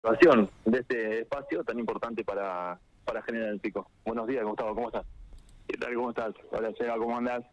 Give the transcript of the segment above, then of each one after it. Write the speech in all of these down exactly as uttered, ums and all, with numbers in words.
participación de este espacio tan importante para, para General El Pico. Buenos días, Gustavo, ¿cómo estás? ¿Qué tal, cómo estás? Hola, Seba, ¿cómo andás?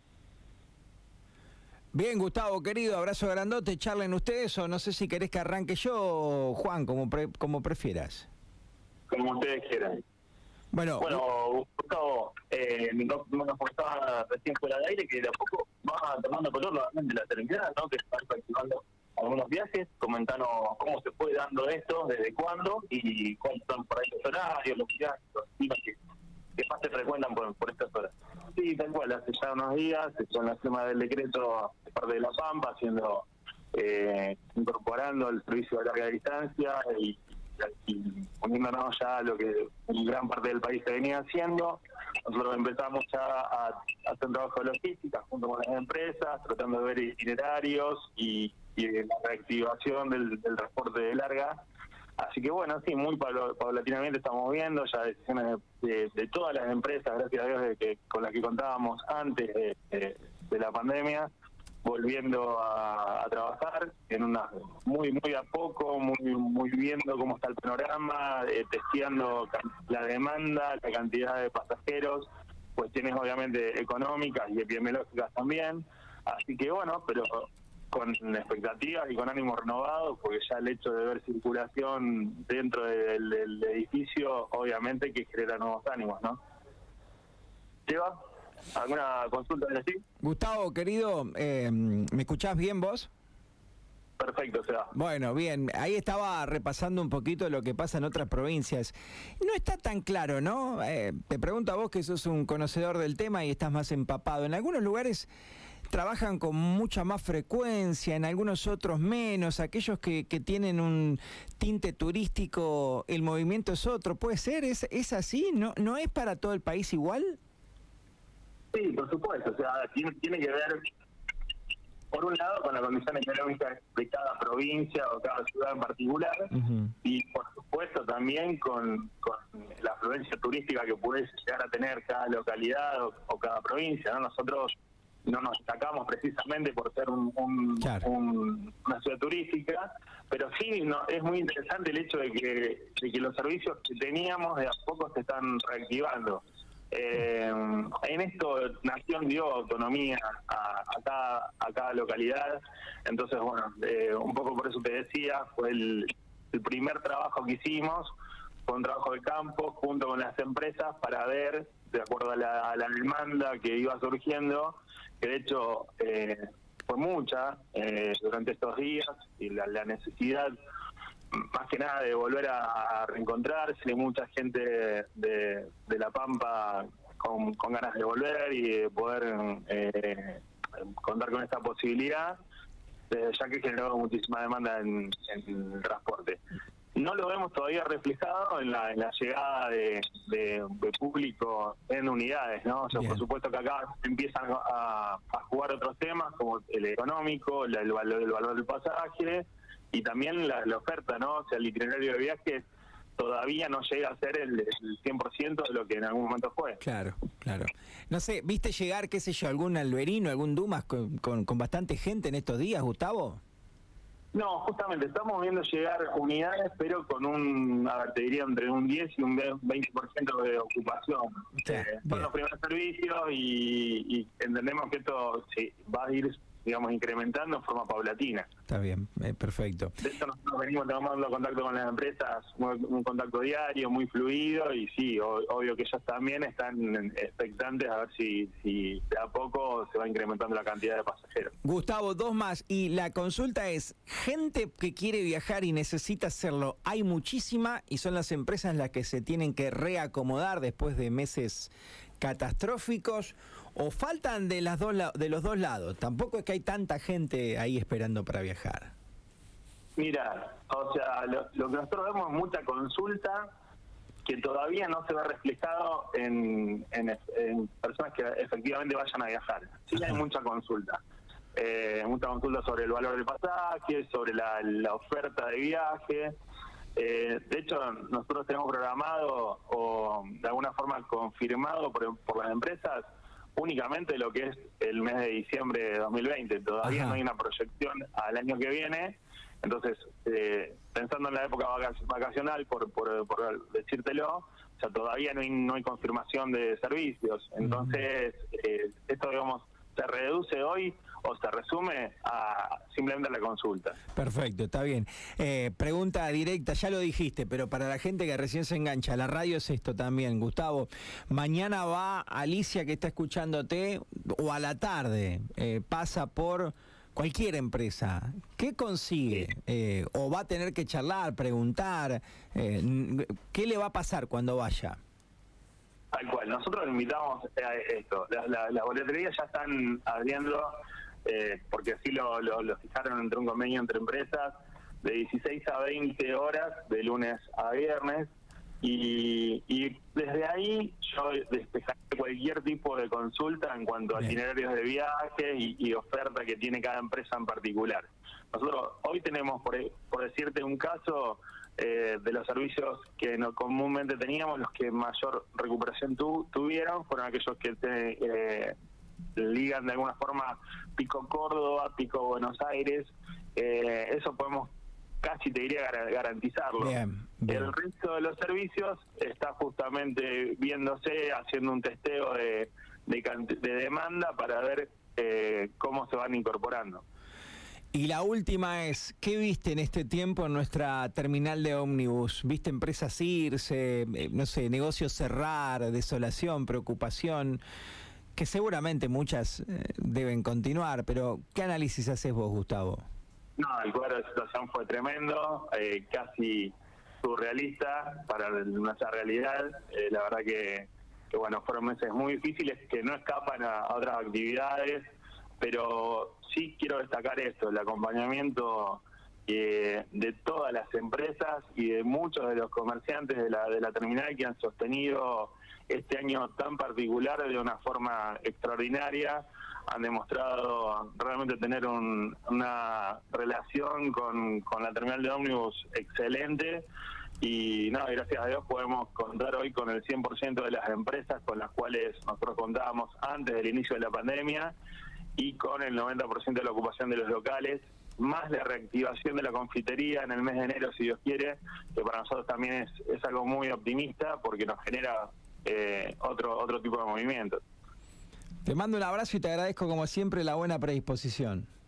Bien, Gustavo, querido, abrazo grandote, charlen ustedes o no sé si querés que arranque yo, Juan, como, pre, como prefieras. Como ustedes quieran. Bueno, bueno Gustavo, eh, nos comentaba recién fuera del aire que de a poco va tomando color nuevamente la terminal, ¿no? Que están practicando algunos viajes. Comentanos cómo se fue dando esto, desde cuándo y cuáles son por ahí los horarios, los viajes, los destinos que, que más se frecuentan por, por estas horas. Sí, tal cual, hace ya unos días, con la firma del decreto de parte de La Pampa, haciendo, eh, incorporando el servicio de larga distancia y, y poniéndonos ya a lo que en gran parte del país se venía haciendo. Nosotros empezamos ya a, a hacer un trabajo de logística junto con las empresas, tratando de ver itinerarios y, y la reactivación del, del transporte de larga. Así que bueno, sí, muy paulatinamente estamos viendo ya decisiones de, de, de todas las empresas, gracias a Dios, de que, con las que contábamos antes de, de, de la pandemia, volviendo a, a trabajar en una muy muy a poco, muy muy viendo cómo está el panorama, eh, testeando la demanda, la cantidad de pasajeros, cuestiones obviamente económicas y epidemiológicas también. Así que bueno, pero con expectativas y con ánimo renovado, porque ya el hecho de ver circulación dentro del, del edificio, obviamente que genera nuevos ánimos, ¿no? ¿Lleva alguna consulta de así? Gustavo, querido, eh, ¿me escuchás bien vos? Perfecto, se va. Bueno, bien, ahí estaba repasando un poquito lo que pasa en otras provincias. No está tan claro, ¿no? Eh, te pregunto a vos que sos un conocedor del tema y estás más empapado. En algunos lugares trabajan con mucha más frecuencia, en algunos otros menos. Aquellos que, que tienen un tinte turístico, el movimiento es otro. ¿Puede ser? ¿Es, es así? ¿No, ¿No es para todo el país igual? Sí, por supuesto. O sea, tiene, tiene que ver, por un lado, con la condición económica de cada provincia o cada ciudad en particular, uh-huh. y por supuesto también con, con la afluencia turística que puede llegar a tener cada localidad o, o cada provincia, ¿no? Nosotros no nos destacamos precisamente por ser un, un, claro. un, una ciudad turística, pero sí no, es muy interesante el hecho de que, de que los servicios que teníamos de a poco se están reactivando. Eh, en esto Nación dio autonomía a, a, cada, a cada localidad, entonces bueno, eh, un poco por eso te decía, fue el, el primer trabajo que hicimos, fue un trabajo de campo junto con las empresas para ver, de acuerdo a la, a la demanda que iba surgiendo, que de hecho eh, fue mucha eh, durante estos días, y la, la necesidad más que nada de volver a, a reencontrarse, mucha gente de, de, de La Pampa con, con ganas de volver y de poder eh, contar con esta posibilidad, eh, ya que generó muchísima demanda en, en el transporte. No lo vemos todavía reflejado en la, en la llegada de, de, de público en unidades, ¿no? O sea, por supuesto que acá empiezan a, a jugar otros temas como el económico, la, el, valor, el valor del pasaje y también la, la oferta, ¿no? O sea, el itinerario de viajes todavía no llega a ser el, el cien por ciento de lo que en algún momento fue. Claro, claro. No sé, ¿viste llegar, qué sé yo, algún alberino, algún Dumas con, con, con bastante gente en estos días, Gustavo? No, justamente estamos viendo llegar unidades, pero con un, a ver, te diría entre un diez y un veinte por ciento de ocupación. Sí, eh, son los primeros servicios y, y entendemos que esto sí, va a ir, digamos, incrementando en forma paulatina. Está bien, eh, perfecto. De hecho, nosotros venimos tomando contacto con las empresas, un, un contacto diario, muy fluido, y sí, o, obvio que ellos también están expectantes a ver si, si de a poco se va incrementando la cantidad de pasajeros. Gustavo, dos más, y la consulta es, gente que quiere viajar y necesita hacerlo, hay muchísima, y son las empresas las que se tienen que reacomodar después de meses catastróficos, o faltan de las dos de los dos lados. Tampoco es que hay tanta gente ahí esperando para viajar. Mira, o sea, lo, lo que nosotros vemos es mucha consulta que todavía no se ve reflejado en, en, en personas que efectivamente vayan a viajar. Sí, hay mucha consulta. Eh, mucha consulta sobre el valor del pasaje, sobre la, la oferta de viaje. Eh, de hecho, nosotros tenemos programado o de alguna forma confirmado por, por las empresas únicamente lo que es el mes de diciembre de dos mil veinte. Todavía Ajá. no hay una proyección al año que viene Entonces, eh, pensando en la época vacacional, por, por, por decírtelo, o sea, todavía no hay, no hay confirmación de servicios. Entonces, eh, esto, digamos, se reduce hoy o se resume a simplemente la consulta. Perfecto, está bien. Eh, pregunta directa, ya lo dijiste, pero para la gente que recién se engancha, la radio es esto también, Gustavo. Mañana va Alicia, que está escuchándote, o a la tarde, eh, pasa por cualquier empresa. ¿Qué consigue? Eh, ¿O va a tener que charlar, preguntar? Eh, ¿Qué le va a pasar cuando vaya? Tal cual, nosotros invitamos a esto. Las la, la boleterías ya están abriendo, eh, porque así lo, lo, lo fijaron entre un convenio entre empresas, de dieciséis a veinte horas, de lunes a viernes, y, y desde ahí yo despejaré cualquier tipo de consulta en cuanto a itinerarios de viaje y, y oferta que tiene cada empresa en particular. Nosotros hoy tenemos, por, por decirte un caso, Eh, de los servicios que no comúnmente teníamos, los que mayor recuperación tu, tuvieron fueron aquellos que te eh, ligan de alguna forma Pico Córdoba, Pico Buenos Aires. Eh, eso podemos casi, te diría, gar garantizarlo. Bien, bien. El resto de los servicios está justamente viéndose, haciendo un testeo de, de, de demanda para ver eh, cómo se van incorporando. Y la última es, ¿qué viste en este tiempo en nuestra terminal de ómnibus? ¿Viste empresas irse, eh, no sé, negocios cerrar, desolación, preocupación? Que seguramente muchas eh, deben continuar, pero ¿qué análisis haces vos, Gustavo? No, el cuadro de situación fue tremendo, eh, casi surrealista para nuestra realidad. Eh, la verdad que, que, bueno, fueron meses muy difíciles que no escapan a, a otras actividades, pero sí quiero destacar esto, el acompañamiento eh, de todas las empresas y de muchos de los comerciantes de la, de la terminal que han sostenido este año tan particular de una forma extraordinaria. Han demostrado realmente tener un, una relación con, con la terminal de ómnibus excelente. Y no, gracias a Dios podemos contar hoy con el cien por ciento de las empresas con las cuales nosotros contábamos antes del inicio de la pandemia, y con el noventa por ciento de la ocupación de los locales, más la reactivación de la confitería en el mes de enero, si Dios quiere, que para nosotros también es, es algo muy optimista porque nos genera eh, otro, otro tipo de movimientos. Te mando un abrazo y te agradezco como siempre la buena predisposición.